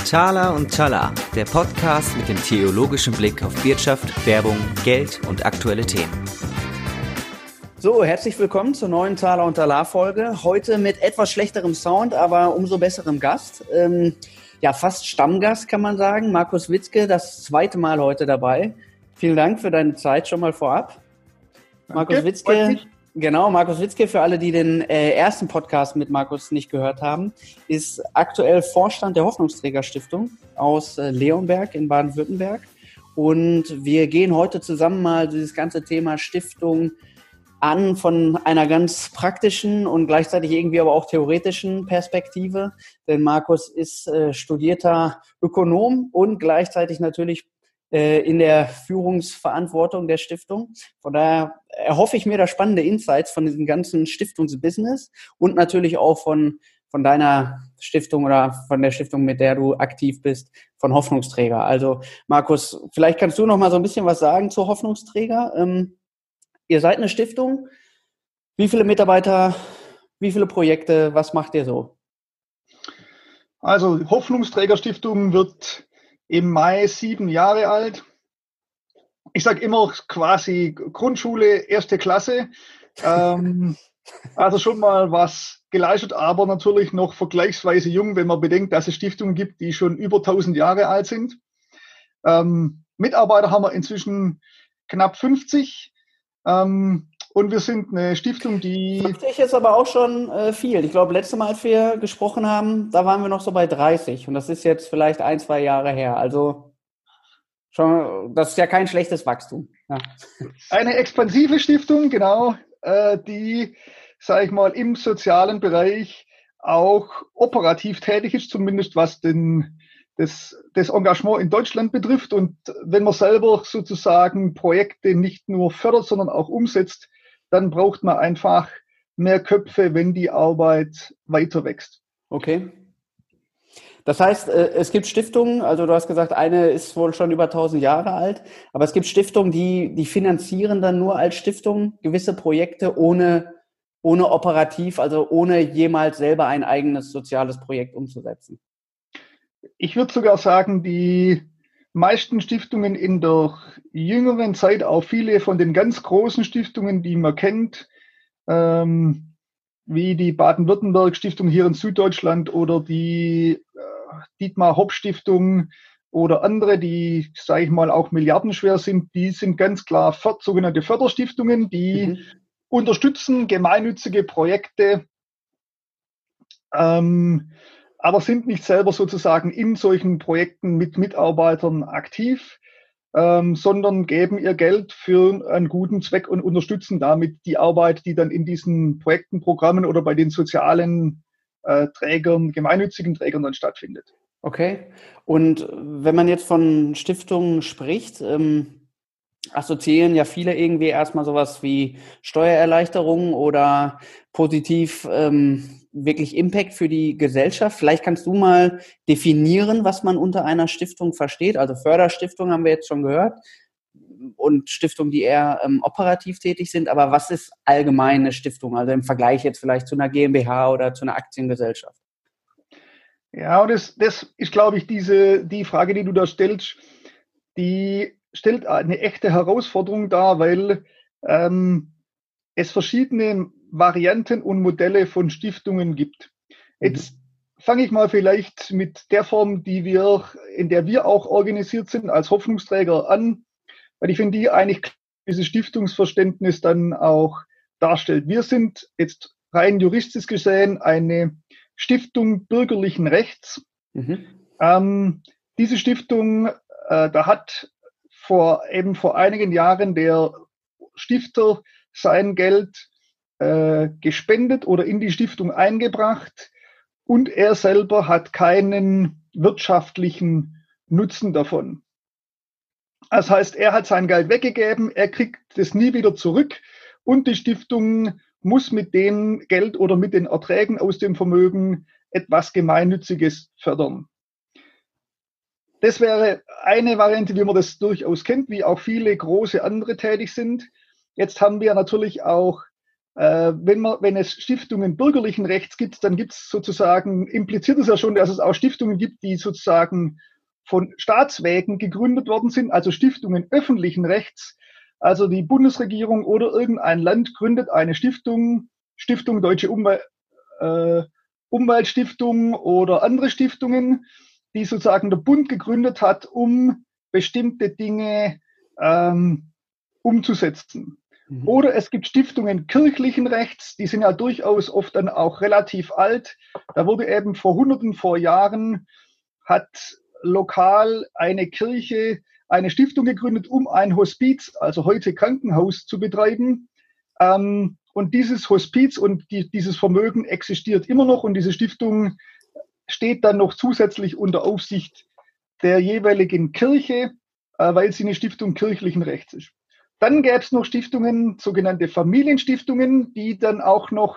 Thaler und Thaler, der Podcast mit dem theologischen Blick auf Wirtschaft, Werbung, Geld und aktuelle Themen. So, herzlich willkommen zur neuen Thaler und Thaler Folge. Heute mit etwas schlechterem Sound, aber umso besserem Gast. Fast Stammgast kann man sagen. Markus Witzke, das zweite Mal heute dabei. Vielen Dank für deine Zeit schon mal vorab. Markus Witzke, für alle, die den ersten Podcast mit Markus nicht gehört haben, ist aktuell Vorstand der Hoffnungsträger-Stiftung aus Leonberg in Baden-Württemberg. Und wir gehen heute zusammen mal dieses ganze Thema Stiftung an von einer ganz praktischen und gleichzeitig irgendwie aber auch theoretischen Perspektive. Denn Markus ist studierter Ökonom und gleichzeitig natürlich in der Führungsverantwortung der Stiftung. Von daher erhoffe ich mir da spannende Insights von diesem ganzen Stiftungsbusiness und natürlich auch von deiner Stiftung oder von der Stiftung, mit der du aktiv bist, von Hoffnungsträger. Also Markus, vielleicht kannst du noch mal so ein bisschen was sagen zu Hoffnungsträger. Ihr seid eine Stiftung. Wie viele Mitarbeiter, wie viele Projekte, was macht ihr so? Also Hoffnungsträger-Stiftung wird im Mai 7 Jahre alt. Ich sage immer quasi Grundschule, 1. Klasse. Also schon mal was geleistet, aber natürlich noch vergleichsweise jung, wenn man bedenkt, dass es Stiftungen gibt, die schon über 1000 Jahre alt sind. Mitarbeiter haben wir inzwischen knapp 50. Und wir sind eine Stiftung, die... 50 ist aber auch schon viel. Ich glaube, letztes Mal, als wir gesprochen haben, da waren wir noch so bei 30. Und das ist jetzt vielleicht 1-2 Jahre her. Also schon, das ist ja kein schlechtes Wachstum. Ja. Eine expansive Stiftung, genau, die, sage ich mal, im sozialen Bereich auch operativ tätig ist, zumindest was das Engagement in Deutschland betrifft. Und wenn man selber sozusagen Projekte nicht nur fördert, sondern auch umsetzt, dann braucht man einfach mehr Köpfe, wenn die Arbeit weiter wächst. Okay. Das heißt, es gibt Stiftungen, also du hast gesagt, eine ist wohl schon über 1000 Jahre alt, aber es gibt Stiftungen, die finanzieren dann nur als Stiftung gewisse Projekte ohne operativ, also ohne jemals selber ein eigenes soziales Projekt umzusetzen. Ich würde sogar sagen, die meisten Stiftungen in der jüngeren Zeit, auch viele von den ganz großen Stiftungen, die man kennt, wie die Baden-Württemberg-Stiftung hier in Süddeutschland oder die Dietmar-Hopp-Stiftung oder andere, die, sage ich mal, auch milliardenschwer sind, die sind ganz klar sogenannte Förderstiftungen, die unterstützen gemeinnützige Projekte, aber sind nicht selber sozusagen in solchen Projekten mit Mitarbeitern aktiv, sondern geben ihr Geld für einen guten Zweck und unterstützen damit die Arbeit, die dann in diesen Projekten, Programmen oder bei den sozialen Trägern, gemeinnützigen Trägern dann stattfindet. Okay. Und wenn man jetzt von Stiftungen spricht, assoziieren ja viele irgendwie erstmal sowas wie Steuererleichterungen oder positiv wirklich Impact für die Gesellschaft. Vielleicht kannst du mal definieren, was man unter einer Stiftung versteht. Also Förderstiftung haben wir jetzt schon gehört und Stiftungen, die eher operativ tätig sind. Aber was ist allgemein eine Stiftung? Also im Vergleich jetzt vielleicht zu einer GmbH oder zu einer Aktiengesellschaft. Ja, und das ist, glaube ich, die Frage, die du da stellst, die stellt eine echte Herausforderung dar, weil es verschiedene Varianten und Modelle von Stiftungen gibt. Jetzt fange ich mal vielleicht mit der Form, in der wir auch organisiert sind, als Hoffnungsträger an, weil ich finde, die eigentlich dieses Stiftungsverständnis dann auch darstellt. Wir sind jetzt rein juristisch gesehen eine Stiftung bürgerlichen Rechts. Diese Stiftung, da hat vor einigen Jahren der Stifter sein Geld gespendet oder in die Stiftung eingebracht und er selber hat keinen wirtschaftlichen Nutzen davon. Das heißt, er hat sein Geld weggegeben, er kriegt es nie wieder zurück und die Stiftung muss mit dem Geld oder mit den Erträgen aus dem Vermögen etwas Gemeinnütziges fördern. Das wäre eine Variante, wie man das durchaus kennt, wie auch viele große andere tätig sind. Jetzt haben wir natürlich auch Wenn es Stiftungen bürgerlichen Rechts gibt, dann gibt es sozusagen, impliziert es ja schon, dass es auch Stiftungen gibt, die sozusagen von Staatswegen gegründet worden sind, also Stiftungen öffentlichen Rechts. Also die Bundesregierung oder irgendein Land gründet eine Stiftung, Stiftung Deutsche Umweltstiftung oder andere Stiftungen, die sozusagen der Bund gegründet hat, um bestimmte Dinge umzusetzen. Oder es gibt Stiftungen kirchlichen Rechts, die sind ja durchaus oft dann auch relativ alt. Da wurde eben vor Jahren, hat lokal eine Kirche eine Stiftung gegründet, um ein Hospiz, also heute Krankenhaus, zu betreiben. Und dieses Hospiz und dieses Vermögen existiert immer noch und diese Stiftung steht dann noch zusätzlich unter Aufsicht der jeweiligen Kirche, weil sie eine Stiftung kirchlichen Rechts ist. Dann gäbe es noch Stiftungen, sogenannte Familienstiftungen, die dann auch noch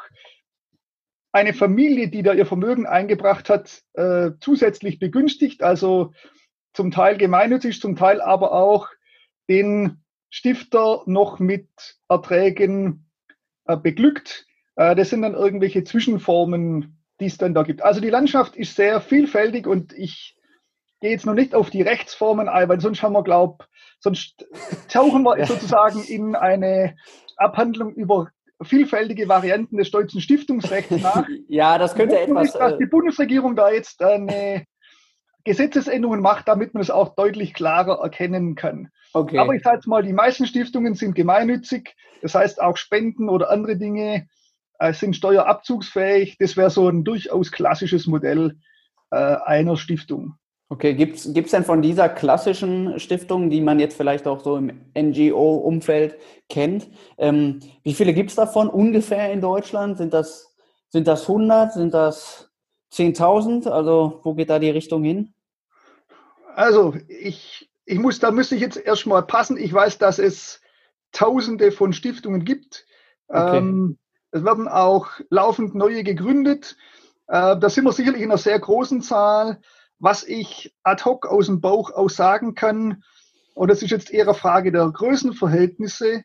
eine Familie, die da ihr Vermögen eingebracht hat, zusätzlich begünstigt, also zum Teil gemeinnützig, zum Teil aber auch den Stifter noch mit Erträgen beglückt. Das sind dann irgendwelche Zwischenformen, die es dann da gibt. Also die Landschaft ist sehr vielfältig und ich gehe jetzt noch nicht auf die Rechtsformen ein, weil sonst sonst tauchen wir sozusagen in eine Abhandlung über vielfältige Varianten des deutschen Stiftungsrechts nach. Ja, das könnte etwas... dass die Bundesregierung da jetzt eine Gesetzesänderungen macht, damit man es auch deutlich klarer erkennen kann. Okay. Aber ich sage jetzt mal, die meisten Stiftungen sind gemeinnützig. Das heißt, auch Spenden oder andere Dinge sind steuerabzugsfähig. Das wäre so ein durchaus klassisches Modell einer Stiftung. Okay, gibt's denn von dieser klassischen Stiftung, die man jetzt vielleicht auch so im NGO-Umfeld kennt, wie viele gibt es davon ungefähr in Deutschland? Sind das 100? Sind das 10.000? Also wo geht da die Richtung hin? Also da müsste ich jetzt erstmal passen. Ich weiß, dass es Tausende von Stiftungen gibt. Okay. Es werden auch laufend neue gegründet. Da sind wir sicherlich in einer sehr großen Zahl. Was ich ad hoc aus dem Bauch aus sagen kann, und das ist jetzt eher eine Frage der Größenverhältnisse,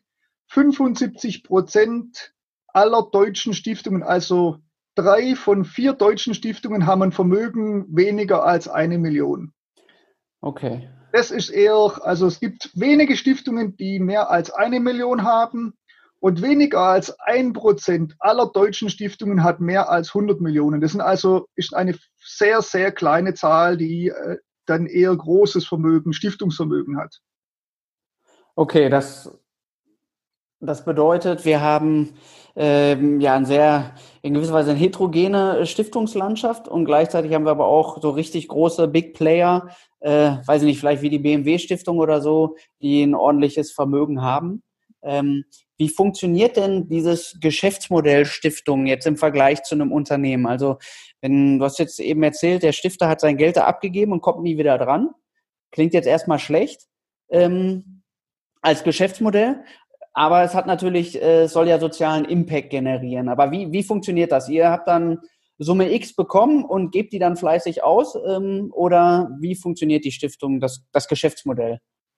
75% aller deutschen Stiftungen, also 3 von 4 deutschen Stiftungen, haben ein Vermögen weniger als 1 Million. Okay. Das ist also es gibt wenige Stiftungen, die mehr als 1 Million haben und weniger als 1% aller deutschen Stiftungen hat mehr als 100 Millionen. Das ist eine sehr, sehr kleine Zahl, die dann eher großes Vermögen, Stiftungsvermögen hat. Okay, das bedeutet, wir haben in gewisser Weise eine heterogene Stiftungslandschaft und gleichzeitig haben wir aber auch so richtig große Big Player, weiß ich nicht, vielleicht wie die BMW-Stiftung oder so, die ein ordentliches Vermögen haben. Wie funktioniert denn dieses Geschäftsmodell Stiftung jetzt im Vergleich zu einem Unternehmen? Also, du hast jetzt eben erzählt, der Stifter hat sein Geld da abgegeben und kommt nie wieder dran. Klingt jetzt erstmal schlecht als Geschäftsmodell, aber es hat natürlich, soll ja sozialen Impact generieren. Aber wie funktioniert das? Ihr habt dann Summe X bekommen und gebt die dann fleißig aus? Oder wie funktioniert die Stiftung, das Geschäftsmodell?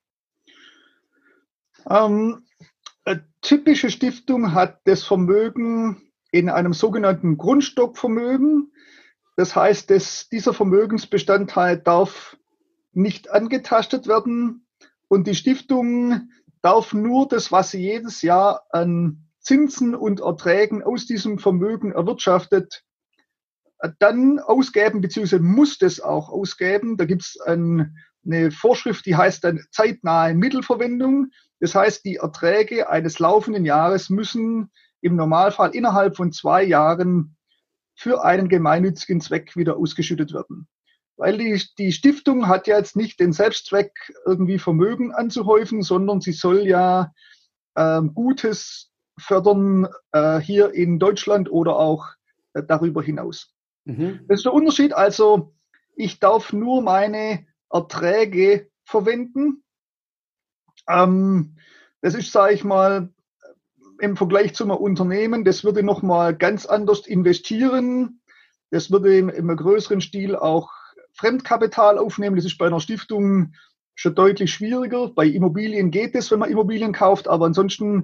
Eine typische Stiftung hat das Vermögen in einem sogenannten Grundstockvermögen. Das heißt, dieser Vermögensbestandteil darf nicht angetastet werden und die Stiftung darf nur das, was sie jedes Jahr an Zinsen und Erträgen aus diesem Vermögen erwirtschaftet, dann ausgeben, beziehungsweise muss das auch ausgeben. Da gibt es eine Vorschrift, die heißt dann zeitnahe Mittelverwendung. Das heißt, die Erträge eines laufenden Jahres müssen im Normalfall innerhalb von 2 Jahren für einen gemeinnützigen Zweck wieder ausgeschüttet werden. Weil die Stiftung hat ja jetzt nicht den Selbstzweck, irgendwie Vermögen anzuhäufen, sondern sie soll ja Gutes fördern hier in Deutschland oder auch darüber hinaus. Mhm. Das ist der Unterschied. Also ich darf nur meine Erträge verwenden. Das ist, sage ich mal, im Vergleich zu einem Unternehmen, das würde nochmal ganz anders investieren. Das würde im größeren Stil auch Fremdkapital aufnehmen. Das ist bei einer Stiftung schon deutlich schwieriger. Bei Immobilien geht es, wenn man Immobilien kauft, aber ansonsten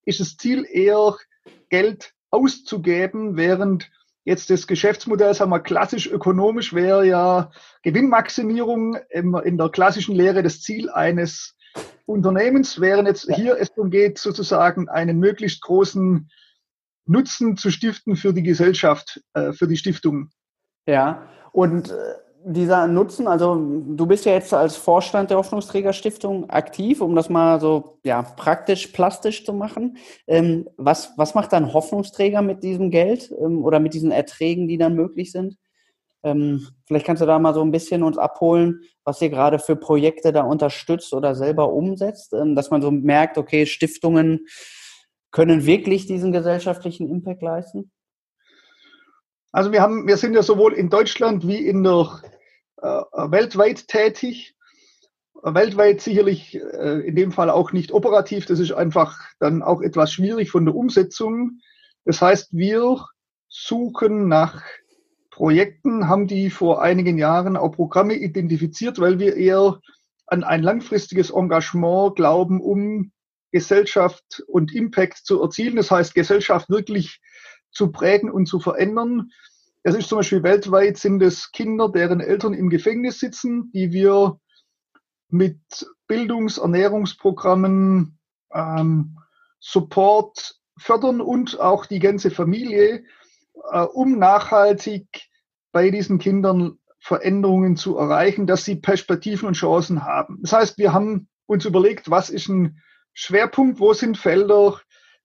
ist das Ziel eher, Geld auszugeben, während jetzt das Geschäftsmodell, sagen wir klassisch ökonomisch, wäre ja Gewinnmaximierung in der klassischen Lehre das Ziel eines Unternehmens, während jetzt hier es darum geht, sozusagen einen möglichst großen Nutzen zu stiften für die Gesellschaft, für die Stiftung. Ja, und dieser Nutzen, also du bist ja jetzt als Vorstand der Hoffnungsträger-Stiftung aktiv, um das mal so praktisch, plastisch zu machen. Was macht dann Hoffnungsträger mit diesem Geld oder mit diesen Erträgen, die dann möglich sind? Vielleicht kannst du da mal so ein bisschen uns abholen, was ihr gerade für Projekte da unterstützt oder selber umsetzt, dass man so merkt, okay, Stiftungen können wirklich diesen gesellschaftlichen Impact leisten? Also wir sind ja sowohl in Deutschland wie weltweit tätig. Weltweit sicherlich in dem Fall auch nicht operativ. Das ist einfach dann auch etwas schwierig von der Umsetzung. Das heißt, wir suchen nach Projekten, haben die vor einigen Jahren auch Programme identifiziert, weil wir eher an ein langfristiges Engagement glauben, um Gesellschaft und Impact zu erzielen. Das heißt, Gesellschaft wirklich zu prägen und zu verändern. Es ist zum Beispiel weltweit sind es Kinder, deren Eltern im Gefängnis sitzen, die wir mit Ernährungsprogrammen, Support fördern und auch die ganze Familie, um nachhaltig bei diesen Kindern Veränderungen zu erreichen, dass sie Perspektiven und Chancen haben. Das heißt, wir haben uns überlegt, was ist ein Schwerpunkt, wo sind Felder,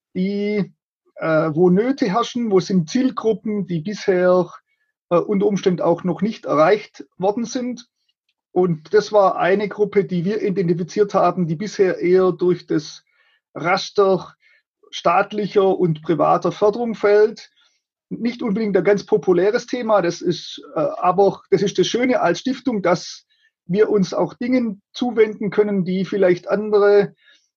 wo Nöte herrschen, wo sind Zielgruppen, die bisher unter Umständen auch noch nicht erreicht worden sind. Und das war eine Gruppe, die wir identifiziert haben, die bisher eher durch das Raster staatlicher und privater Förderung fällt. Nicht unbedingt ein ganz populäres Thema, aber das ist das Schöne als Stiftung, dass wir uns auch Dingen zuwenden können, die vielleicht andere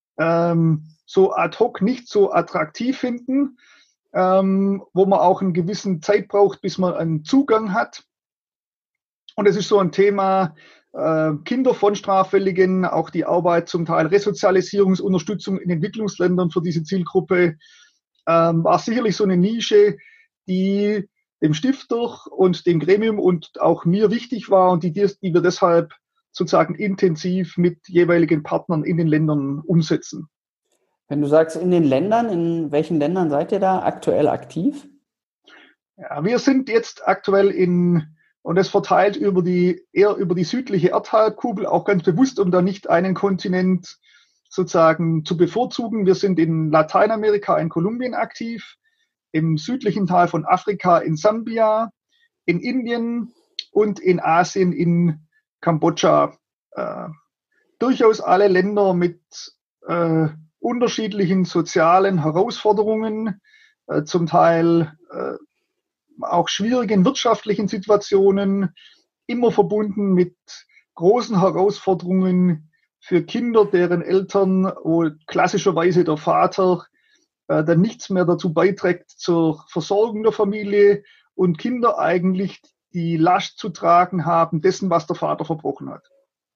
so ad hoc nicht so attraktiv finden, wo man auch einen gewissen Zeit braucht, bis man einen Zugang hat. Und es ist so ein Thema, Kinder von Straffälligen, auch die Arbeit zum Teil Resozialisierungsunterstützung in Entwicklungsländern für diese Zielgruppe, war sicherlich so eine Nische, die dem Stifter und dem Gremium und auch mir wichtig war und die wir deshalb sozusagen intensiv mit jeweiligen Partnern in den Ländern umsetzen. Wenn du sagst in den Ländern, in welchen Ländern seid ihr da aktuell aktiv? Ja, wir sind jetzt aktuell und es verteilt eher über die südliche Erdhalbkugel, auch ganz bewusst, um da nicht einen Kontinent sozusagen zu bevorzugen. Wir sind in Lateinamerika, in Kolumbien aktiv, im südlichen Teil von Afrika, in Sambia, in Indien und in Asien, in Kambodscha. Durchaus alle Länder mit unterschiedlichen sozialen Herausforderungen, zum Teil auch schwierigen wirtschaftlichen Situationen, immer verbunden mit großen Herausforderungen für Kinder, deren Eltern, wo klassischerweise der Vater dann nichts mehr dazu beiträgt zur Versorgung der Familie und Kinder eigentlich die Last zu tragen haben dessen, was der Vater verbrochen hat.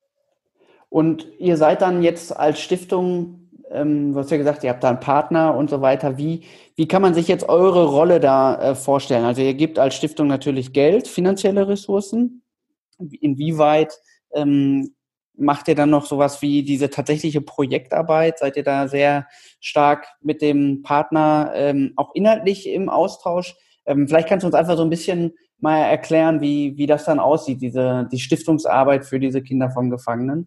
Und ihr seid dann jetzt als Stiftung, du hast ja gesagt, ihr habt da einen Partner und so weiter. Wie kann man sich jetzt eure Rolle da vorstellen? Also ihr gebt als Stiftung natürlich Geld, finanzielle Ressourcen. Inwieweit macht ihr dann noch sowas wie diese tatsächliche Projektarbeit? Seid ihr da sehr stark mit dem Partner auch inhaltlich im Austausch? Vielleicht kannst du uns einfach so ein bisschen mal erklären, wie das dann aussieht, die Stiftungsarbeit für diese Kinder von Gefangenen.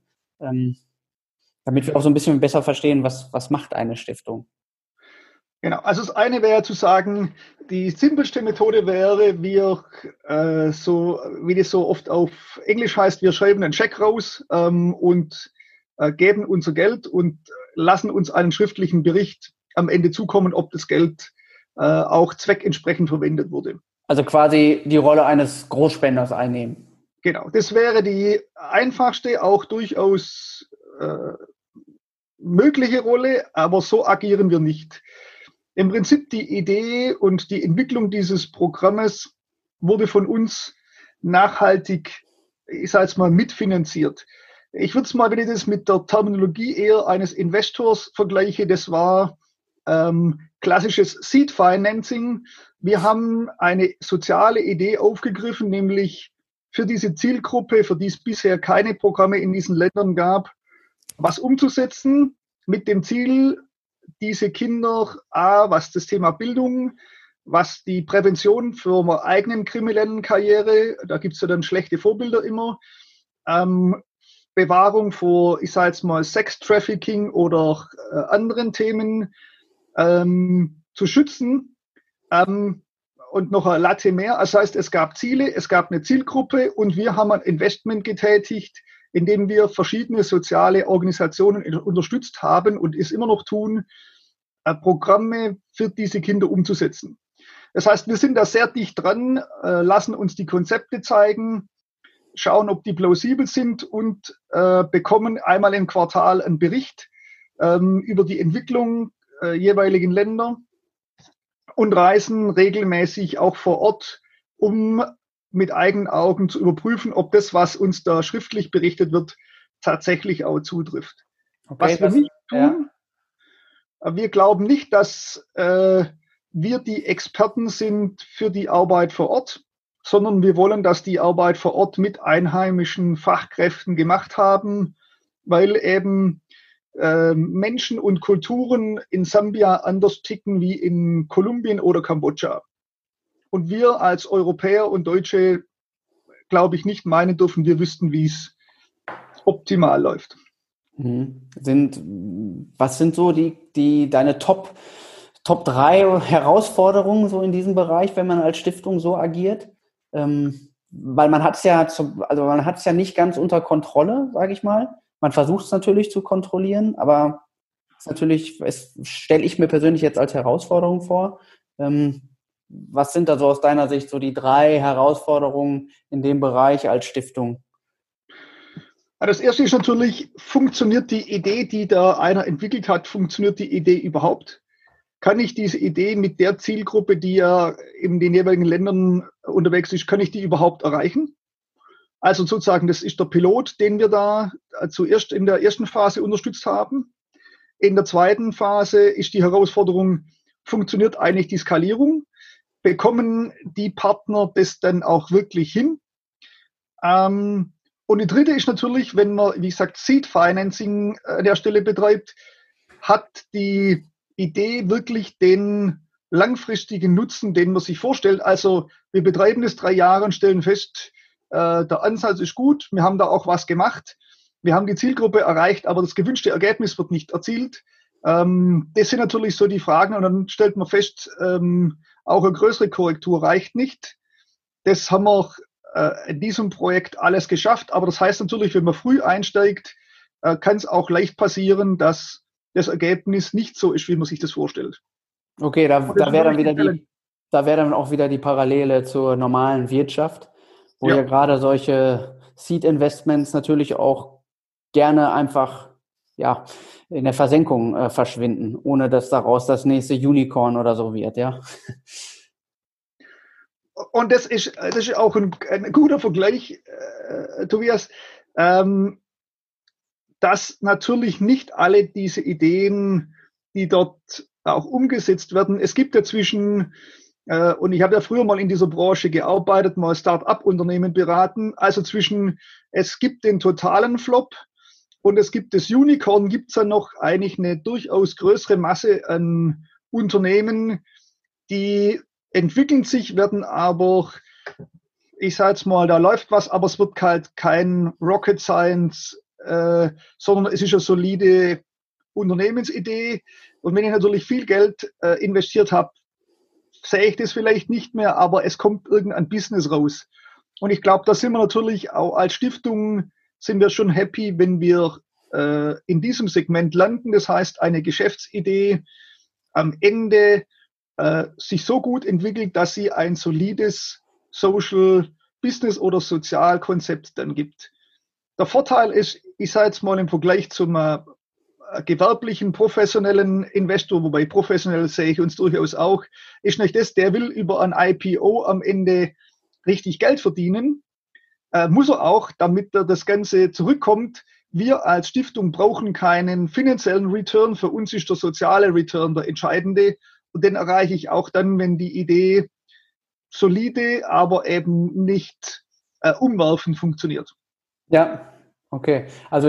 Damit wir auch so ein bisschen besser verstehen, was macht eine Stiftung. Genau, also das eine wäre zu sagen, die simpelste Methode wäre, wie das so oft auf Englisch heißt, wir schreiben einen Scheck raus und geben unser Geld und lassen uns einen schriftlichen Bericht am Ende zukommen, ob das Geld auch zweckentsprechend verwendet wurde. Also quasi die Rolle eines Großspenders einnehmen. Genau, das wäre die einfachste, auch durchaus mögliche Rolle, aber so agieren wir nicht. Im Prinzip die Idee und die Entwicklung dieses Programmes wurde von uns nachhaltig, ich sage jetzt mal, mitfinanziert. Ich würde es mal, wenn ich das mit der Terminologie eher eines Investors vergleiche, das war klassisches Seed Financing. Wir haben eine soziale Idee aufgegriffen, nämlich für diese Zielgruppe, für die es bisher keine Programme in diesen Ländern gab, was umzusetzen mit dem Ziel, diese Kinder, was das Thema Bildung, was die Prävention für eine eigenen kriminellen Karriere, da gibt es ja dann schlechte Vorbilder immer, Bewahrung vor, ich sage jetzt mal, Sex-Trafficking oder anderen Themen zu schützen und noch eine Latte mehr. Das heißt, es gab Ziele, es gab eine Zielgruppe und wir haben ein Investment getätigt, indem wir verschiedene soziale Organisationen unterstützt haben und es immer noch tun, Programme für diese Kinder umzusetzen. Das heißt, wir sind da sehr dicht dran, lassen uns die Konzepte zeigen, schauen, ob die plausibel sind und bekommen einmal im Quartal einen Bericht über die Entwicklung jeweiligen Länder und reisen regelmäßig auch vor Ort, um mit eigenen Augen zu überprüfen, ob das, was uns da schriftlich berichtet wird, tatsächlich auch zutrifft. Okay, was wir nicht tun, wir glauben nicht, dass wir die Experten sind für die Arbeit vor Ort, sondern wir wollen, dass die Arbeit vor Ort mit einheimischen Fachkräften gemacht haben, weil eben Menschen und Kulturen in Sambia anders ticken wie in Kolumbien oder Kambodscha. Und wir als Europäer und Deutsche, glaube ich, nicht meinen dürfen, wir wüssten, wie es optimal läuft. Was sind so deine Top 3 Herausforderungen so in diesem Bereich, wenn man als Stiftung so agiert? Weil man hat es ja nicht ganz unter Kontrolle, sage ich mal. Man versucht es natürlich zu kontrollieren, aber es stelle ich mir persönlich jetzt als Herausforderung vor. Was sind da so aus deiner Sicht so die 3 Herausforderungen in dem Bereich als Stiftung? Das erste ist natürlich, funktioniert die Idee, die da einer entwickelt hat, funktioniert die Idee überhaupt? Kann ich diese Idee mit der Zielgruppe, die ja in den jeweiligen Ländern unterwegs ist, kann ich die überhaupt erreichen? Also sozusagen, das ist der Pilot, den wir da zuerst in der ersten Phase unterstützt haben. In der zweiten Phase ist die Herausforderung, funktioniert eigentlich die Skalierung? Bekommen die Partner das dann auch wirklich hin? Und die dritte ist natürlich, wenn man, wie gesagt, Seed Financing an der Stelle betreibt, hat die Idee wirklich den langfristigen Nutzen, den man sich vorstellt. Also wir betreiben das 3 Jahre und stellen fest, der Ansatz ist gut, wir haben da auch was gemacht, wir haben die Zielgruppe erreicht, aber das gewünschte Ergebnis wird nicht erzielt. Das sind natürlich so die Fragen und dann stellt man fest, auch eine größere Korrektur reicht nicht. Das haben wir in diesem Projekt alles geschafft, aber das heißt natürlich, wenn man früh einsteigt, kann es auch leicht passieren, dass das Ergebnis nicht so ist, wie man sich das vorstellt. Okay, da wäre dann auch wieder die Parallele zur normalen Wirtschaft, wo ja gerade solche Seed-Investments natürlich auch gerne einfach in der Versenkung verschwinden, ohne dass daraus das nächste Unicorn oder so wird, ja. Und das ist auch ein guter Vergleich, Tobias, dass natürlich nicht alle diese Ideen, die dort auch umgesetzt werden, es gibt ja und ich habe ja früher mal in dieser Branche gearbeitet, mal Start-up-Unternehmen beraten, also es gibt den totalen Flop und es gibt das Unicorn, gibt es dann noch eigentlich eine durchaus größere Masse an Unternehmen, die entwickeln sich, werden aber, ich sage jetzt mal, da läuft was, aber es wird halt kein Rocket Science, sondern es ist eine solide Unternehmensidee. Und wenn ich natürlich viel Geld investiert habe, sehe ich das vielleicht nicht mehr, aber es kommt irgendein Business raus. Und ich glaube, da sind wir natürlich auch als Stiftung sind wir schon happy, wenn wir in diesem Segment landen. Das heißt, eine Geschäftsidee am Ende sich so gut entwickelt, dass sie ein solides Social Business oder Sozialkonzept dann gibt. Der Vorteil ist, ich sage jetzt mal im Vergleich zum gewerblichen, professionellen Investor, wobei professionell sehe ich uns durchaus auch, ist nicht das, der will über ein IPO am Ende richtig Geld verdienen, muss er auch, damit er das Ganze zurückkommt, wir als Stiftung brauchen keinen finanziellen Return. Für uns ist der soziale Return der entscheidende. Und den erreiche ich auch dann, wenn die Idee solide, aber eben nicht umwerfend funktioniert. Ja, okay. Also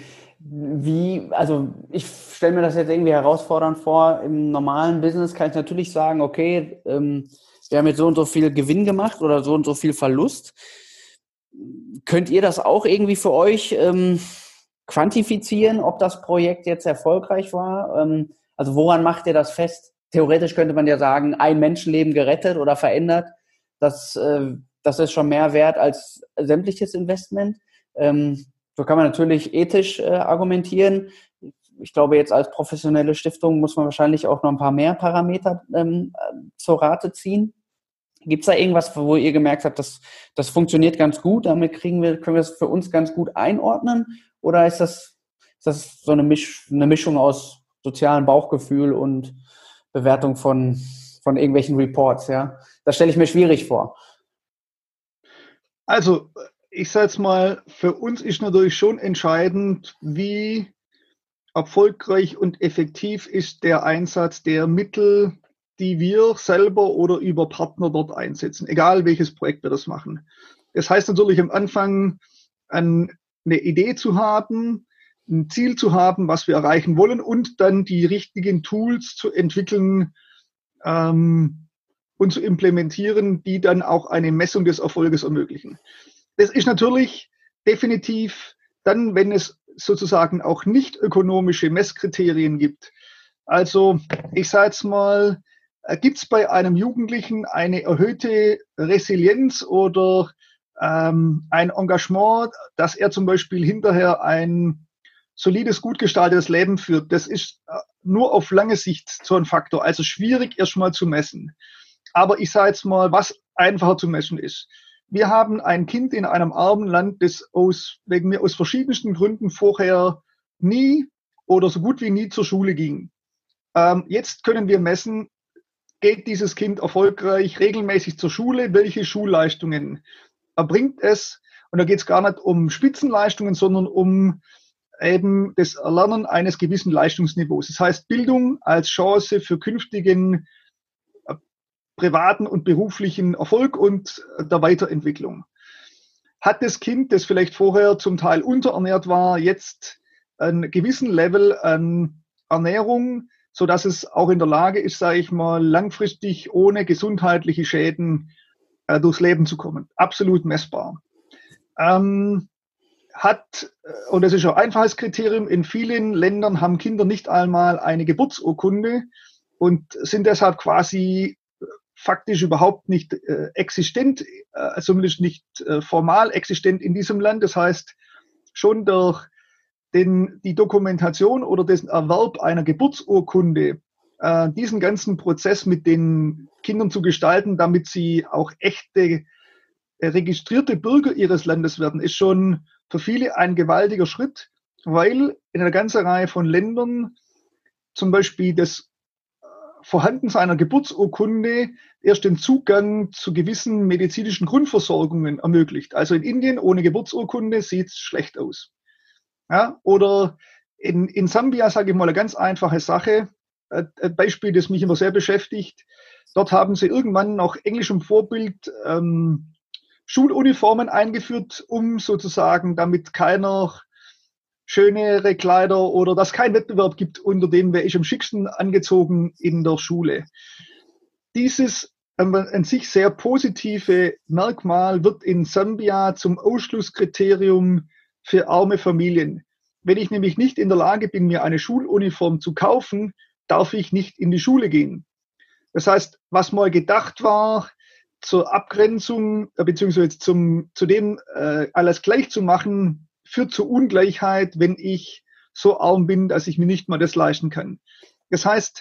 ich stelle mir das jetzt irgendwie herausfordernd vor. Im normalen Business kann ich natürlich sagen, okay, wir haben jetzt so und so viel Gewinn gemacht oder so und so viel Verlust. Könnt ihr das auch irgendwie für euch quantifizieren, ob das Projekt jetzt erfolgreich war? Also woran macht ihr das fest? Theoretisch könnte man ja sagen, ein Menschenleben gerettet oder verändert. Das ist schon mehr wert als sämtliches Investment. So kann man natürlich ethisch argumentieren. Ich glaube, jetzt als professionelle Stiftung muss man wahrscheinlich auch noch ein paar mehr Parameter zur Rate ziehen. Gibt es da irgendwas, wo ihr gemerkt habt, das funktioniert ganz gut, damit können wir das für uns ganz gut einordnen? Oder ist das so eine Mischung aus sozialem Bauchgefühl und Bewertung von irgendwelchen Reports? Ja, das stelle ich mir schwierig vor. Also, ich sage jetzt mal, für uns ist natürlich schon entscheidend, wie erfolgreich und effektiv ist der Einsatz der Mittel, die wir selber oder über Partner dort einsetzen, egal welches Projekt wir das machen. Das heißt natürlich am Anfang eine Idee zu haben, ein Ziel zu haben, was wir erreichen wollen und dann die richtigen Tools zu entwickeln und zu implementieren, die dann auch eine Messung des Erfolges ermöglichen. Das ist natürlich definitiv dann, wenn es sozusagen auch nicht ökonomische Messkriterien gibt. Also ich sage jetzt mal, gibt es bei einem Jugendlichen eine erhöhte Resilienz oder ein Engagement, dass er zum Beispiel hinterher ein solides, gut gestaltetes Leben führt? Das ist nur auf lange Sicht so ein Faktor, also schwierig erstmal zu messen. Aber ich sage jetzt mal, was einfacher zu messen ist. Wir haben ein Kind in einem armen Land, das aus verschiedensten Gründen vorher nie oder so gut wie nie zur Schule ging. Jetzt können wir messen, geht dieses Kind erfolgreich regelmäßig zur Schule, welche Schulleistungen erbringt es? Und da geht es gar nicht um Spitzenleistungen, sondern um eben das Erlernen eines gewissen Leistungsniveaus. Das heißt, Bildung als Chance für künftigen privaten und beruflichen Erfolg und der Weiterentwicklung. Hat das Kind, das vielleicht vorher zum Teil unterernährt war, jetzt einen gewissen Level an Ernährung, so dass es auch in der Lage ist, sage ich mal, langfristig ohne gesundheitliche Schäden durchs Leben zu kommen. Absolut messbar. Und das ist ein einfaches Kriterium, in vielen Ländern haben Kinder nicht einmal eine Geburtsurkunde und sind deshalb quasi faktisch überhaupt nicht existent, zumindest nicht formal existent in diesem Land. Das heißt, schon durch die Dokumentation oder den Erwerb einer Geburtsurkunde, diesen ganzen Prozess mit den Kindern zu gestalten, damit sie auch echte registrierte Bürger ihres Landes werden, ist schon für viele ein gewaltiger Schritt, weil in einer ganzen Reihe von Ländern zum Beispiel das Vorhandensein einer Geburtsurkunde erst den Zugang zu gewissen medizinischen Grundversorgungen ermöglicht. Also in Indien ohne Geburtsurkunde sieht es schlecht aus. Ja, oder in Sambia, sage ich mal, eine ganz einfache Sache, ein Beispiel, das mich immer sehr beschäftigt. Dort haben sie irgendwann nach englischem Vorbild Schuluniformen eingeführt, um sozusagen, damit keiner schönere Kleider oder dass kein Wettbewerb gibt, unter dem wäre ich am schicksten angezogen in der Schule. Dieses an sich sehr positive Merkmal wird in Sambia zum Ausschlusskriterium für arme Familien. Wenn ich nämlich nicht in der Lage bin, mir eine Schuluniform zu kaufen, darf ich nicht in die Schule gehen. Das heißt, was mal gedacht war, zur Abgrenzung beziehungsweise zu dem alles gleich zu machen, führt zur Ungleichheit, wenn ich so arm bin, dass ich mir nicht mal das leisten kann. Das heißt,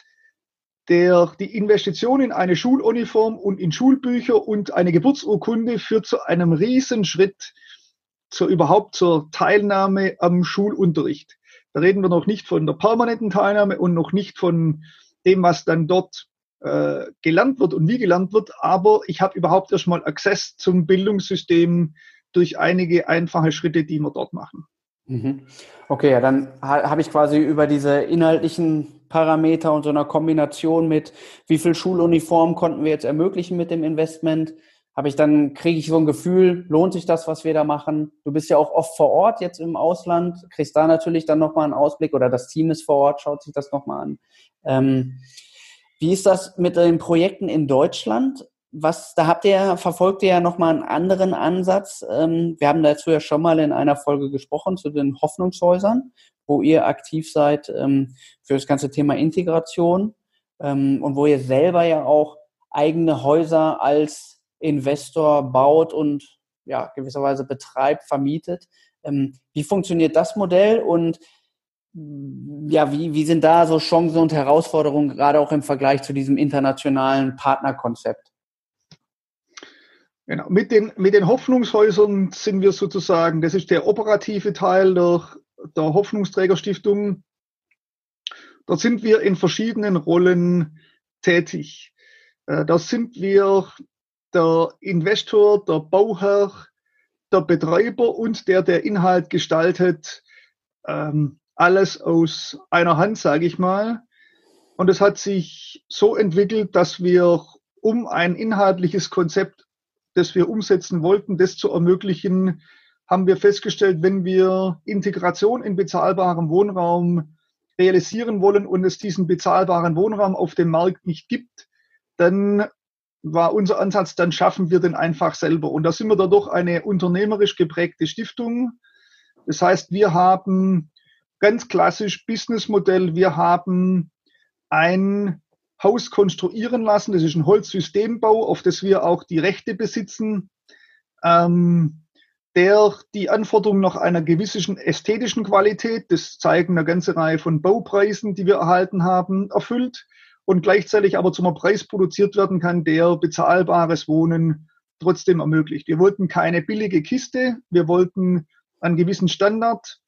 die Investition in eine Schuluniform und in Schulbücher und eine Geburtsurkunde führt zu einem Riesenschritt überhaupt zur Teilnahme am Schulunterricht. Da reden wir noch nicht von der permanenten Teilnahme und noch nicht von dem, was dann dort gelernt wird und wie gelernt wird, aber ich habe überhaupt erstmal Access zum Bildungssystem durch einige einfache Schritte, die wir dort machen. Mhm. Okay, ja, dann habe ich quasi über diese inhaltlichen Parameter und so einer Kombination mit, wie viel Schuluniform konnten wir jetzt ermöglichen mit dem Investment, kriege ich so ein Gefühl, lohnt sich das, was wir da machen? Du bist ja auch oft vor Ort jetzt im Ausland, kriegst da natürlich dann nochmal einen Ausblick oder das Team ist vor Ort, schaut sich das nochmal an. Wie ist das mit den Projekten in Deutschland? Verfolgt ihr ja nochmal einen anderen Ansatz. Wir haben dazu ja schon mal in einer Folge gesprochen zu den Hoffnungshäusern, wo ihr aktiv seid für das ganze Thema Integration und wo ihr selber ja auch eigene Häuser als Investor baut und ja gewisserweise betreibt, vermietet. Wie funktioniert das Modell und ja, wie sind da so Chancen und Herausforderungen, gerade auch im Vergleich zu diesem internationalen Partnerkonzept? Genau. Mit den Hoffnungshäusern sind wir sozusagen, das ist der operative Teil der Hoffnungsträgerstiftung. Dort sind wir in verschiedenen Rollen tätig. Da sind wir der Investor, der Bauherr, der Betreiber und der Inhalt gestaltet. Alles aus einer Hand, sage ich mal. Und es hat sich so entwickelt, dass wir um ein inhaltliches Konzept, das wir umsetzen wollten, das zu ermöglichen, haben wir festgestellt, wenn wir Integration in bezahlbarem Wohnraum realisieren wollen und es diesen bezahlbaren Wohnraum auf dem Markt nicht gibt, dann war unser Ansatz, dann schaffen wir den einfach selber. Und da sind wir dadurch eine unternehmerisch geprägte Stiftung. Das heißt, wir haben ganz klassisch Businessmodell, wir haben ein Haus konstruieren lassen. Das ist ein Holzsystembau, auf das wir auch die Rechte besitzen, der die Anforderungen nach einer gewissen ästhetischen Qualität, das zeigen eine ganze Reihe von Baupreisen, die wir erhalten haben, erfüllt und gleichzeitig aber zum Preis produziert werden kann, der bezahlbares Wohnen trotzdem ermöglicht. Wir wollten keine billige Kiste, wir wollten einen gewissen Standard,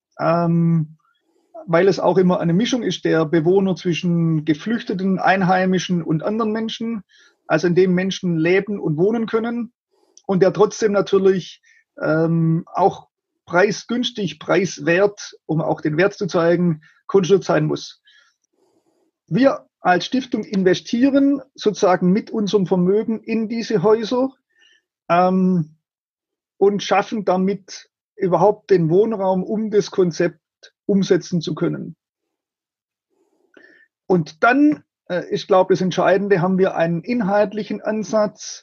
weil es auch immer eine Mischung ist der Bewohner zwischen Geflüchteten, Einheimischen und anderen Menschen, also in dem Menschen leben und wohnen können und der trotzdem natürlich auch preisgünstig, preiswert, um auch den Wert zu zeigen, konstruiert sein muss. Wir als Stiftung investieren sozusagen mit unserem Vermögen in diese Häuser und schaffen damit überhaupt den Wohnraum, um das Konzept umsetzen zu können. Und dann, ich glaube, das Entscheidende, haben wir einen inhaltlichen Ansatz,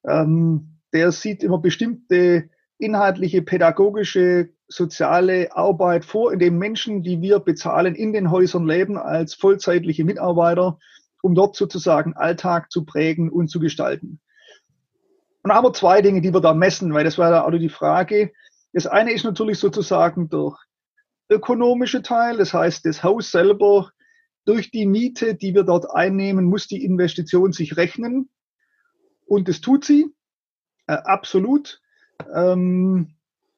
der sieht immer bestimmte inhaltliche, pädagogische, soziale Arbeit vor, in dem Menschen, die wir bezahlen, in den Häusern leben als vollzeitliche Mitarbeiter, um dort sozusagen Alltag zu prägen und zu gestalten. Und da haben wir zwei Dinge, die wir da messen, weil das war ja auch die Frage. Das eine ist natürlich sozusagen der ökonomische Teil, das heißt, das Haus selber, durch die Miete, die wir dort einnehmen, muss die Investition sich rechnen. Und das tut sie, absolut. Und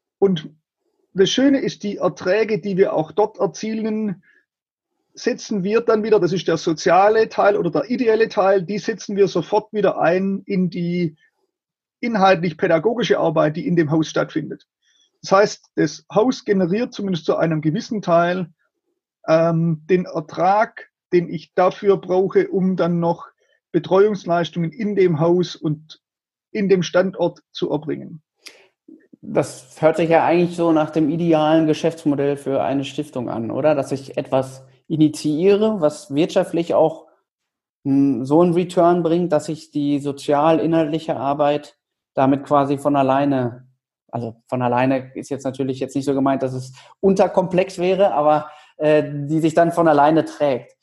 das Schöne ist, die Erträge, die wir auch dort erzielen, setzen wir dann wieder, das ist der soziale Teil oder der ideelle Teil, die setzen wir sofort wieder ein in die inhaltlich-pädagogische Arbeit, die in dem Haus stattfindet. Das heißt, das Haus generiert zumindest zu einem gewissen Teil den Ertrag, den ich dafür brauche, um dann noch Betreuungsleistungen in dem Haus und in dem Standort zu erbringen. Das hört sich ja eigentlich so nach dem idealen Geschäftsmodell für eine Stiftung an, oder? Dass ich etwas initiiere, was wirtschaftlich auch so einen Return bringt, dass ich die sozial-inhaltliche Arbeit damit quasi von alleine, also von alleine ist jetzt natürlich jetzt nicht so gemeint, dass es unterkomplex wäre, aber die sich dann von alleine trägt.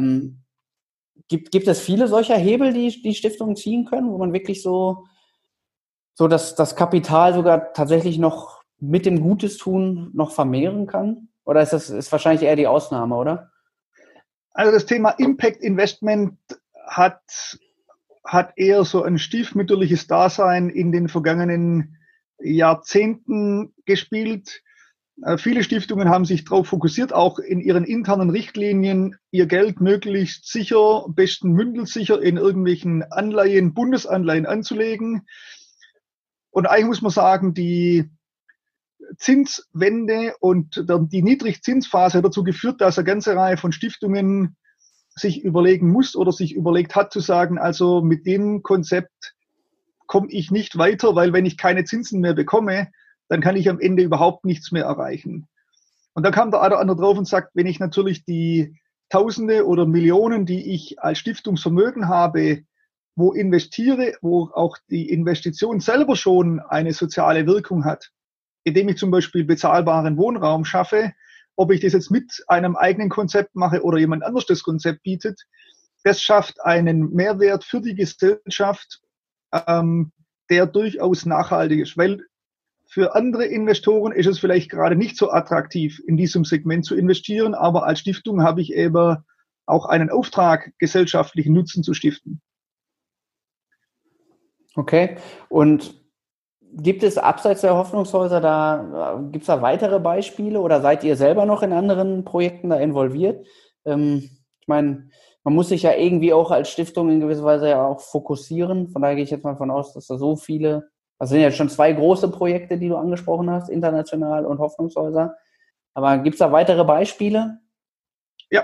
Gibt es viele solcher Hebel, die Stiftungen ziehen können, wo man wirklich so dass das Kapital sogar tatsächlich noch mit dem Gutestun noch vermehren kann? Oder ist wahrscheinlich eher die Ausnahme, oder? Also das Thema Impact Investment hat eher so ein stiefmütterliches Dasein in den vergangenen Jahrzehnten gespielt. Viele Stiftungen haben sich darauf fokussiert, auch in ihren internen Richtlinien ihr Geld möglichst sicher, besten mündelsicher in irgendwelchen Anleihen, Bundesanleihen anzulegen. Und eigentlich muss man sagen, die Zinswende und die Niedrigzinsphase hat dazu geführt, dass eine ganze Reihe von Stiftungen sich überlegen muss oder sich überlegt hat zu sagen, also mit dem Konzept komme ich nicht weiter, weil wenn ich keine Zinsen mehr bekomme, dann kann ich am Ende überhaupt nichts mehr erreichen. Und da kam der eine oder andere drauf und sagt, wenn ich natürlich die Tausende oder Millionen, die ich als Stiftungsvermögen habe, wo investiere, wo auch die Investition selber schon eine soziale Wirkung hat, indem ich zum Beispiel bezahlbaren Wohnraum schaffe, ob ich das jetzt mit einem eigenen Konzept mache oder jemand anders das Konzept bietet, das schafft einen Mehrwert für die Gesellschaft, der durchaus nachhaltig ist, weil für andere Investoren ist es vielleicht gerade nicht so attraktiv, in diesem Segment zu investieren, aber als Stiftung habe ich eben auch einen Auftrag, gesellschaftlichen Nutzen zu stiften. Okay, und gibt es abseits der Hoffnungshäuser gibt es da weitere Beispiele oder seid ihr selber noch in anderen Projekten da involviert? Ich meine, man muss sich ja irgendwie auch als Stiftung in gewisser Weise ja auch fokussieren. Von daher gehe ich jetzt mal von aus, dass da so viele, also sind ja schon 2 große Projekte, die du angesprochen hast, international und Hoffnungshäuser. Aber gibt es da weitere Beispiele? Ja,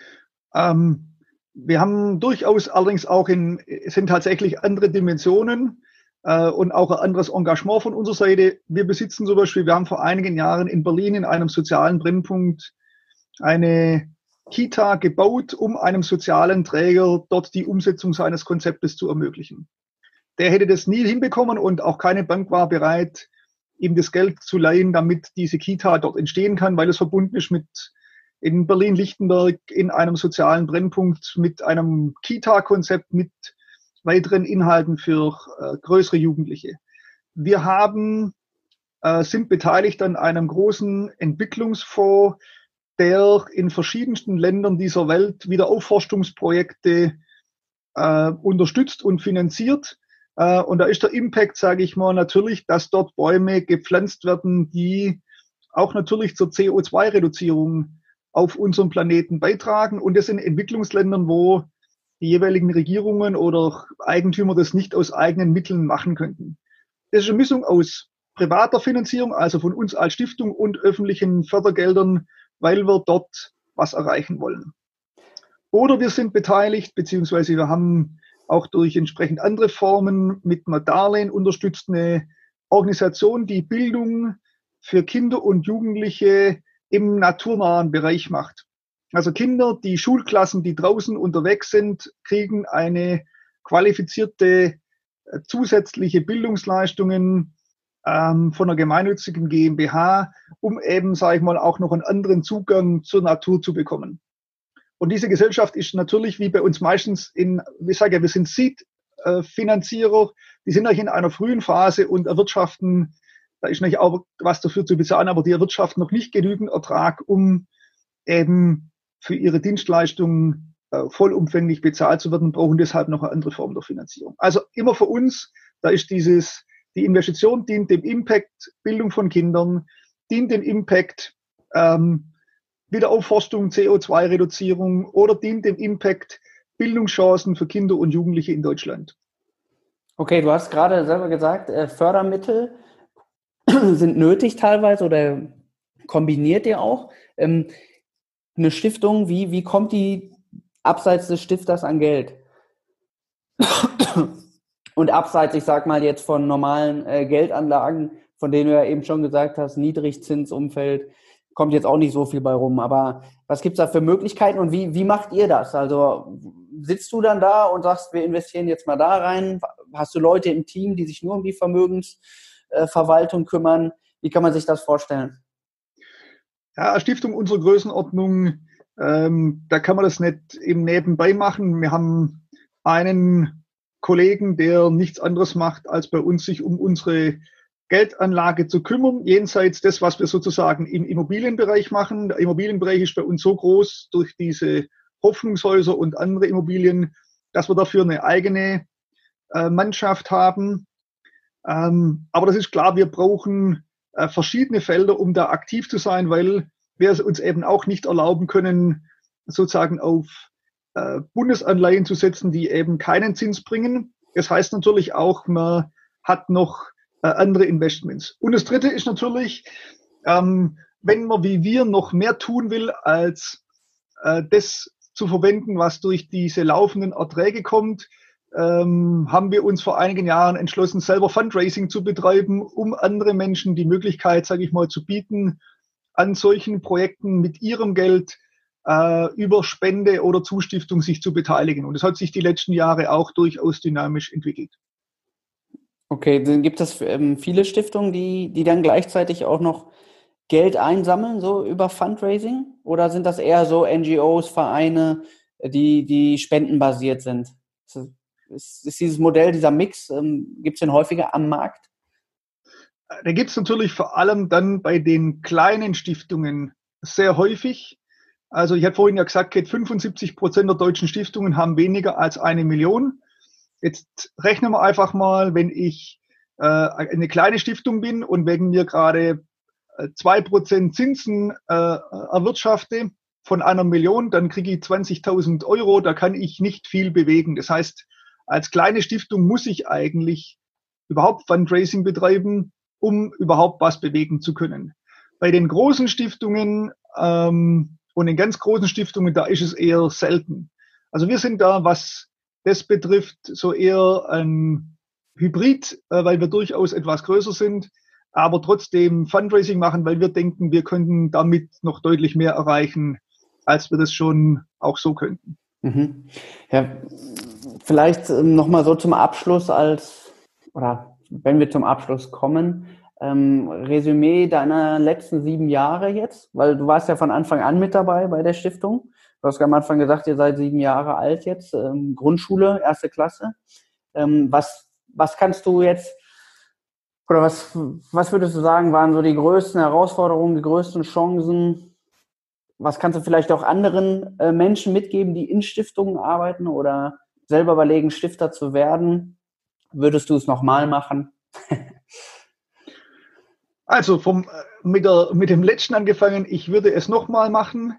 wir haben durchaus allerdings auch sind tatsächlich andere Dimensionen und auch ein anderes Engagement von unserer Seite. Wir besitzen zum Beispiel, wir haben vor einigen Jahren in Berlin in einem sozialen Brennpunkt eine Kita gebaut, um einem sozialen Träger dort die Umsetzung seines Konzeptes zu ermöglichen. Der hätte das nie hinbekommen und auch keine Bank war bereit, ihm das Geld zu leihen, damit diese Kita dort entstehen kann, weil es verbunden ist mit in Berlin-Lichtenberg in einem sozialen Brennpunkt mit einem Kita-Konzept mit weiteren Inhalten für größere Jugendliche. Wir sind beteiligt an einem großen Entwicklungsfonds, der in verschiedensten Ländern dieser Welt Wiederaufforstungsprojekte unterstützt und finanziert. Und da ist der Impact, sage ich mal, natürlich, dass dort Bäume gepflanzt werden, die auch natürlich zur CO2-Reduzierung auf unserem Planeten beitragen. Und das in Entwicklungsländern, wo die jeweiligen Regierungen oder Eigentümer das nicht aus eigenen Mitteln machen könnten. Das ist eine Mischung aus privater Finanzierung, also von uns als Stiftung und öffentlichen Fördergeldern, weil wir dort was erreichen wollen. Oder wir sind beteiligt, beziehungsweise wir haben auch durch entsprechend andere Formen mit einem Darlehen unterstützt eine Organisation, die Bildung für Kinder und Jugendliche im naturnahen Bereich macht. Also Kinder, die Schulklassen, die draußen unterwegs sind, kriegen eine qualifizierte zusätzliche Bildungsleistungen von einer gemeinnützigen GmbH, um eben, sage ich mal, auch noch einen anderen Zugang zur Natur zu bekommen. Und diese Gesellschaft ist natürlich, wie bei uns meistens wir sind Seed-Finanzierer, die sind eigentlich in einer frühen Phase und erwirtschaften, da ist natürlich auch was dafür zu bezahlen, aber die erwirtschaften noch nicht genügend Ertrag, um eben für ihre Dienstleistungen vollumfänglich bezahlt zu werden, brauchen deshalb noch eine andere Form der Finanzierung. Also immer für uns, da ist die Investition dient dem Impact, Bildung von Kindern, dient dem Impact, Wiederaufforstung, CO2-Reduzierung oder dient dem Impact, Bildungschancen für Kinder und Jugendliche in Deutschland. Okay, du hast gerade selber gesagt, Fördermittel sind nötig teilweise oder kombiniert ihr auch. Eine Stiftung, wie kommt die abseits des Stifters an Geld? Und abseits, ich sag mal jetzt von normalen Geldanlagen, von denen du ja eben schon gesagt hast, Niedrigzinsumfeld, kommt jetzt auch nicht so viel bei rum. Aber was gibt's da für Möglichkeiten und wie macht ihr das? Also sitzt du dann da und sagst, wir investieren jetzt mal da rein? Hast du Leute im Team, die sich nur um die Vermögensverwaltung kümmern? Wie kann man sich das vorstellen? Ja, eine Stiftung unserer Größenordnung, da kann man das nicht eben nebenbei machen. Wir haben einen Kollegen, der nichts anderes macht, als bei uns sich um unsere Geldanlage zu kümmern, jenseits des, was wir sozusagen im Immobilienbereich machen. Der Immobilienbereich ist bei uns so groß durch diese Hoffnungshäuser und andere Immobilien, dass wir dafür eine eigene Mannschaft haben. Aber das ist klar, wir brauchen verschiedene Felder, um da aktiv zu sein, weil wir es uns eben auch nicht erlauben können, sozusagen auf Bundesanleihen zu setzen, die eben keinen Zins bringen. Das heißt natürlich auch, man hat noch andere Investments. Und das Dritte ist natürlich, wenn man wie wir noch mehr tun will, als das zu verwenden, was durch diese laufenden Erträge kommt, haben wir uns vor einigen Jahren entschlossen, selber Fundraising zu betreiben, um andere Menschen die Möglichkeit, sage ich mal, zu bieten, an solchen Projekten mit ihrem Geld über Spende oder Zustiftung sich zu beteiligen. Und das hat sich die letzten Jahre auch durchaus dynamisch entwickelt. Okay, dann gibt es viele Stiftungen, die dann gleichzeitig auch noch Geld einsammeln, so über Fundraising? Oder sind das eher so NGOs, Vereine, die spendenbasiert sind? Ist dieses Modell, dieser Mix, gibt es den häufiger am Markt? Da gibt es natürlich vor allem dann bei den kleinen Stiftungen sehr häufig. Also ich hatte vorhin ja gesagt, 75% der deutschen Stiftungen haben weniger als 1 Million. Jetzt rechnen wir einfach mal, wenn ich eine kleine Stiftung bin und wegen mir gerade 2% Zinsen erwirtschafte von 1 Million, dann kriege ich 20.000 Euro, da kann ich nicht viel bewegen. Das heißt, als kleine Stiftung muss ich eigentlich überhaupt Fundraising betreiben, um überhaupt was bewegen zu können. Bei den großen Stiftungen und den ganz großen Stiftungen, da ist es eher selten. Also wir sind da, was das betrifft, so eher ein Hybrid, weil wir durchaus etwas größer sind, aber trotzdem Fundraising machen, weil wir denken, wir könnten damit noch deutlich mehr erreichen, als wir das schon auch so könnten. Mhm. Ja, vielleicht nochmal so zum Abschluss oder wenn wir zum Abschluss kommen, Resümee deiner letzten 7 Jahre jetzt, weil du warst ja von Anfang an mit dabei bei der Stiftung. Du hast am Anfang gesagt, ihr seid 7 Jahre alt jetzt, Grundschule, 1. Klasse. Was kannst du jetzt, oder was würdest du sagen, waren so die größten Herausforderungen, die größten Chancen? Was kannst du vielleicht auch anderen Menschen mitgeben, die in Stiftungen arbeiten oder selber überlegen, Stifter zu werden? Würdest du es nochmal machen? Also mit dem letzten angefangen, ich würde es nochmal machen.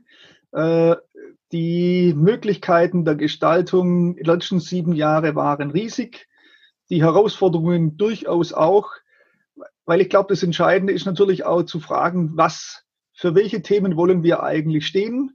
Die Möglichkeiten der Gestaltung die letzten 7 Jahre waren riesig. Die Herausforderungen durchaus auch, weil ich glaube, das Entscheidende ist natürlich auch zu fragen, für welche Themen wollen wir eigentlich stehen?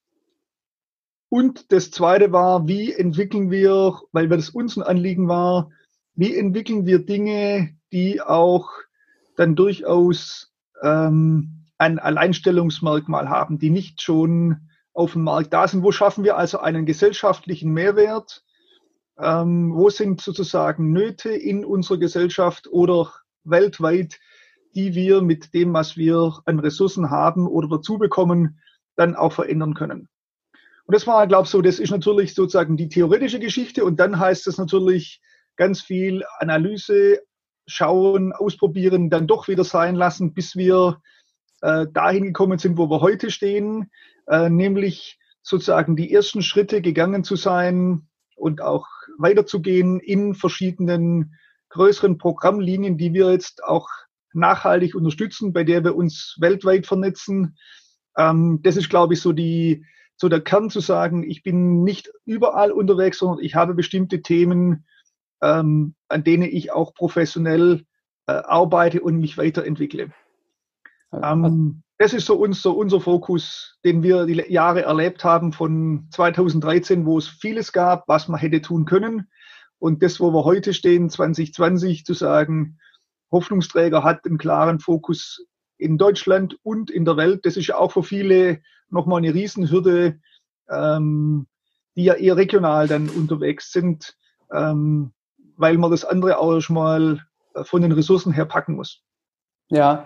Und das Zweite war, wie entwickeln wir, weil das uns ein Anliegen war, wie entwickeln wir Dinge, die auch dann durchaus ein Alleinstellungsmerkmal haben, die nicht schon auf dem Markt da sind. Wo schaffen wir also einen gesellschaftlichen Mehrwert? Wo sind sozusagen Nöte in unserer Gesellschaft oder weltweit, die wir mit dem, was wir an Ressourcen haben oder dazu bekommen, dann auch verändern können? Und das war, glaube ich, so, das ist natürlich sozusagen die theoretische Geschichte. Und dann heißt es natürlich ganz viel Analyse, schauen, ausprobieren, dann doch wieder sein lassen, bis wir dahin gekommen sind, wo wir heute stehen, nämlich sozusagen die ersten Schritte gegangen zu sein und auch weiterzugehen in verschiedenen größeren Programmlinien, die wir jetzt auch nachhaltig unterstützen, bei der wir uns weltweit vernetzen. Das ist, glaube ich, so der Kern zu sagen, ich bin nicht überall unterwegs, sondern ich habe bestimmte Themen, an denen ich auch professionell arbeite und mich weiterentwickle. Das ist so unser Fokus, den wir die Jahre erlebt haben von 2013, wo es vieles gab, was man hätte tun können. Und das, wo wir heute stehen, 2020, zu sagen, Hoffnungsträger hat einen klaren Fokus in Deutschland und in der Welt. Das ist ja auch für viele nochmal eine Riesenhürde, die ja eher regional dann unterwegs sind, weil man das andere auch schon mal von den Ressourcen her packen muss. Ja,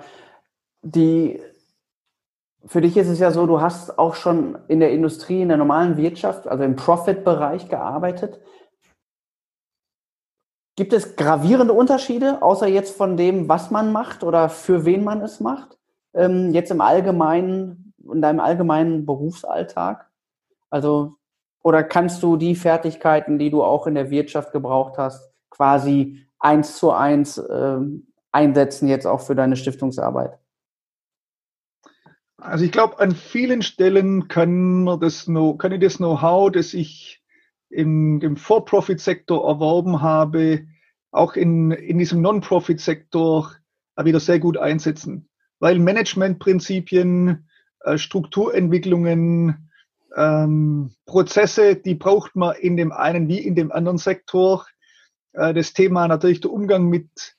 für dich ist es ja so, du hast auch schon in der Industrie, in der normalen Wirtschaft, also im Profit-Bereich gearbeitet. Gibt es gravierende Unterschiede, außer jetzt von dem, was man macht oder für wen man es macht, jetzt in deinem allgemeinen Berufsalltag? Also, oder kannst du die Fertigkeiten, die du auch in der Wirtschaft gebraucht hast, quasi 1:1 einsetzen jetzt auch für deine Stiftungsarbeit? Also ich glaube, an vielen Stellen kann ich das Know-how, das ich im For-Profit-Sektor erworben habe, auch in diesem Non-Profit-Sektor wieder sehr gut einsetzen. Weil Managementprinzipien, Strukturentwicklungen, Prozesse, die braucht man in dem einen wie in dem anderen Sektor. Das Thema natürlich der Umgang mit,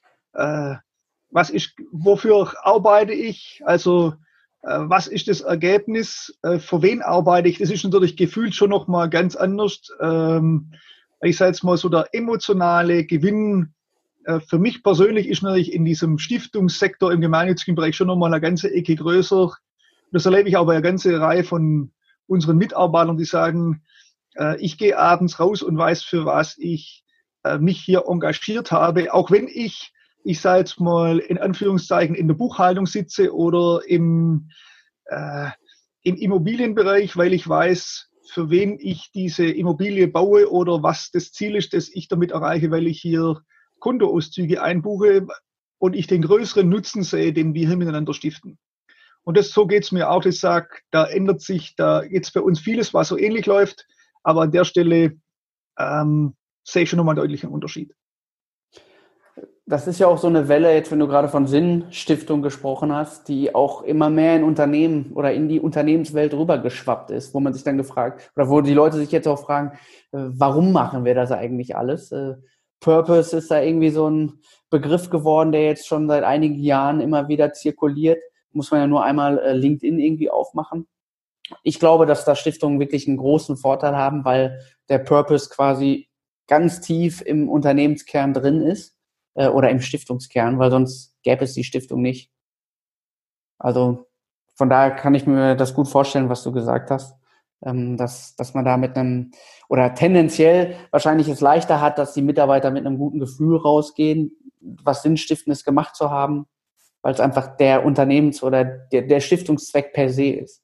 wofür arbeite ich? Also, was ist das Ergebnis? Für wen arbeite ich? Das ist natürlich gefühlt schon nochmal ganz anders. Ich sage jetzt mal so, der emotionale Gewinn für mich persönlich ist natürlich in diesem Stiftungssektor im gemeinnützigen Bereich schon nochmal eine ganze Ecke größer. Das erlebe ich aber eine ganze Reihe von unseren Mitarbeitern, die sagen, ich gehe abends raus und weiß, für was ich mich hier engagiert habe, auch wenn ich sage jetzt mal in Anführungszeichen in der Buchhaltung sitze oder im Immobilienbereich, weil ich weiß, für wen ich diese Immobilie baue oder was das Ziel ist, das ich damit erreiche, weil ich hier Kontoauszüge einbuche und ich den größeren Nutzen sehe, den wir hier miteinander stiften. Und so geht es mir auch. Ich sage, da ändert sich da jetzt bei uns vieles, was so ähnlich läuft, aber an der Stelle sehe ich schon nochmal einen deutlichen Unterschied. Das ist ja auch so eine Welle, jetzt wenn du gerade von Sinnstiftung gesprochen hast, die auch immer mehr in Unternehmen oder in die Unternehmenswelt rübergeschwappt ist, wo man sich dann gefragt, oder wo die Leute sich jetzt auch fragen, warum machen wir das eigentlich alles? Purpose ist da irgendwie so ein Begriff geworden, der jetzt schon seit einigen Jahren immer wieder zirkuliert. Muss man ja nur einmal LinkedIn irgendwie aufmachen. Ich glaube, dass da Stiftungen wirklich einen großen Vorteil haben, weil der Purpose quasi ganz tief im Unternehmenskern drin ist oder im Stiftungskern, weil sonst gäbe es die Stiftung nicht. Also von daher kann ich mir das gut vorstellen, was du gesagt hast, dass man da mit einem oder tendenziell wahrscheinlich es leichter hat, dass die Mitarbeiter mit einem guten Gefühl rausgehen, was Sinnstiftendes gemacht zu haben, weil es einfach der Unternehmens- oder der Stiftungszweck per se ist.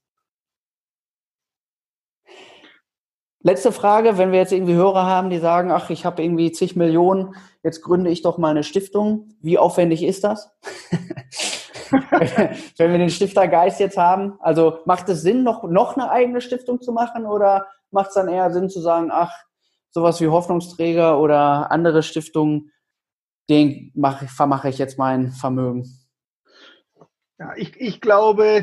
Letzte Frage, wenn wir jetzt irgendwie Hörer haben, die sagen, ach, ich habe irgendwie zig Millionen, jetzt gründe ich doch mal eine Stiftung. Wie aufwendig ist das? Wenn wir den Stiftergeist jetzt haben, also macht es Sinn, noch eine eigene Stiftung zu machen oder macht es dann eher Sinn zu sagen, ach, sowas wie Hoffnungsträger oder andere Stiftungen, vermache ich jetzt mein Vermögen? Ja, ich glaube,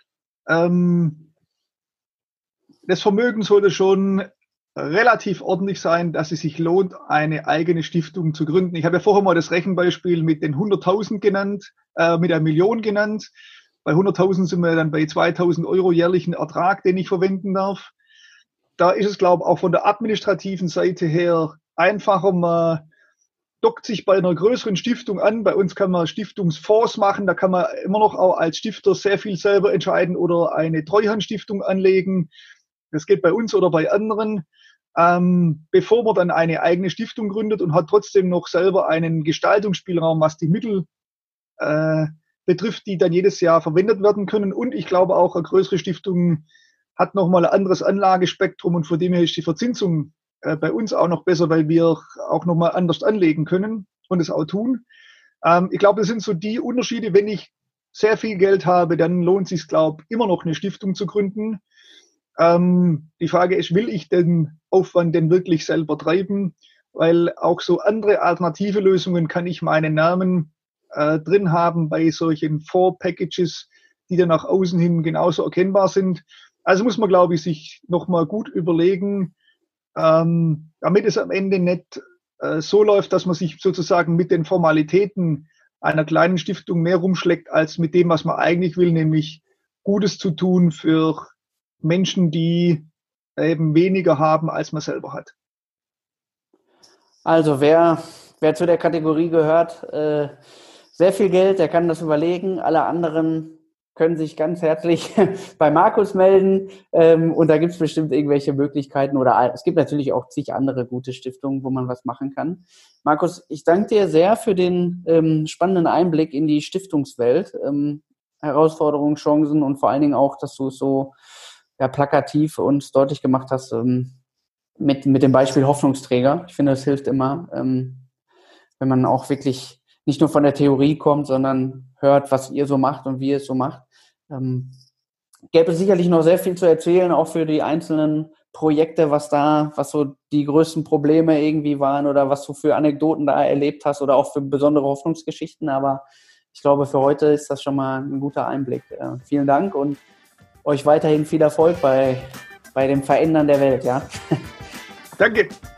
das Vermögen sollte schon relativ ordentlich sein, dass es sich lohnt, eine eigene Stiftung zu gründen. Ich habe ja vorher mal das Rechenbeispiel mit den 100.000 genannt, mit einer Million genannt. Bei 100.000 sind wir dann bei 2.000 Euro jährlichen Ertrag, den ich verwenden darf. Da ist es, glaube ich, auch von der administrativen Seite her einfacher. Man dockt sich bei einer größeren Stiftung an. Bei uns kann man Stiftungsfonds machen. Da kann man immer noch auch als Stifter sehr viel selber entscheiden oder eine Treuhandstiftung anlegen. Das geht bei uns oder bei anderen, bevor man dann eine eigene Stiftung gründet und hat trotzdem noch selber einen Gestaltungsspielraum, was die Mittel betrifft, die dann jedes Jahr verwendet werden können. Und ich glaube auch, eine größere Stiftung hat nochmal ein anderes Anlagespektrum und von dem her ist die Verzinsung bei uns auch noch besser, weil wir auch nochmal anders anlegen können und es auch tun. Ich glaube, das sind so die Unterschiede. Wenn ich sehr viel Geld habe, dann lohnt es sich, glaube ich, immer noch eine Stiftung zu gründen. Die Frage ist, will ich den Aufwand denn wirklich selber treiben? Weil auch so andere alternative Lösungen kann ich meinen Namen drin haben bei solchen Fonds-Packages, die dann nach außen hin genauso erkennbar sind. Also muss man, glaube ich, sich nochmal gut überlegen, damit es am Ende nicht so läuft, dass man sich sozusagen mit den Formalitäten einer kleinen Stiftung mehr rumschlägt, als mit dem, was man eigentlich will, nämlich Gutes zu tun für Menschen, die eben weniger haben, als man selber hat. Also wer zu der Kategorie gehört, sehr viel Geld, der kann das überlegen. Alle anderen können sich ganz herzlich bei Markus melden. Und da gibt es bestimmt irgendwelche Möglichkeiten oder es gibt natürlich auch zig andere gute Stiftungen, wo man was machen kann. Markus, ich danke dir sehr für den spannenden Einblick in die Stiftungswelt. Herausforderungen, Chancen und vor allen Dingen auch, dass du es so plakativ und deutlich gemacht hast mit dem Beispiel Hoffnungsträger. Ich finde, das hilft immer, wenn man auch wirklich nicht nur von der Theorie kommt, sondern hört, was ihr so macht und wie ihr es so macht. Gäbe es sicherlich noch sehr viel zu erzählen, auch für die einzelnen Projekte, was so die größten Probleme irgendwie waren oder was du für Anekdoten da erlebt hast oder auch für besondere Hoffnungsgeschichten. Aber ich glaube, für heute ist das schon mal ein guter Einblick. Vielen Dank und euch weiterhin viel Erfolg bei dem Verändern der Welt. Ja? Danke.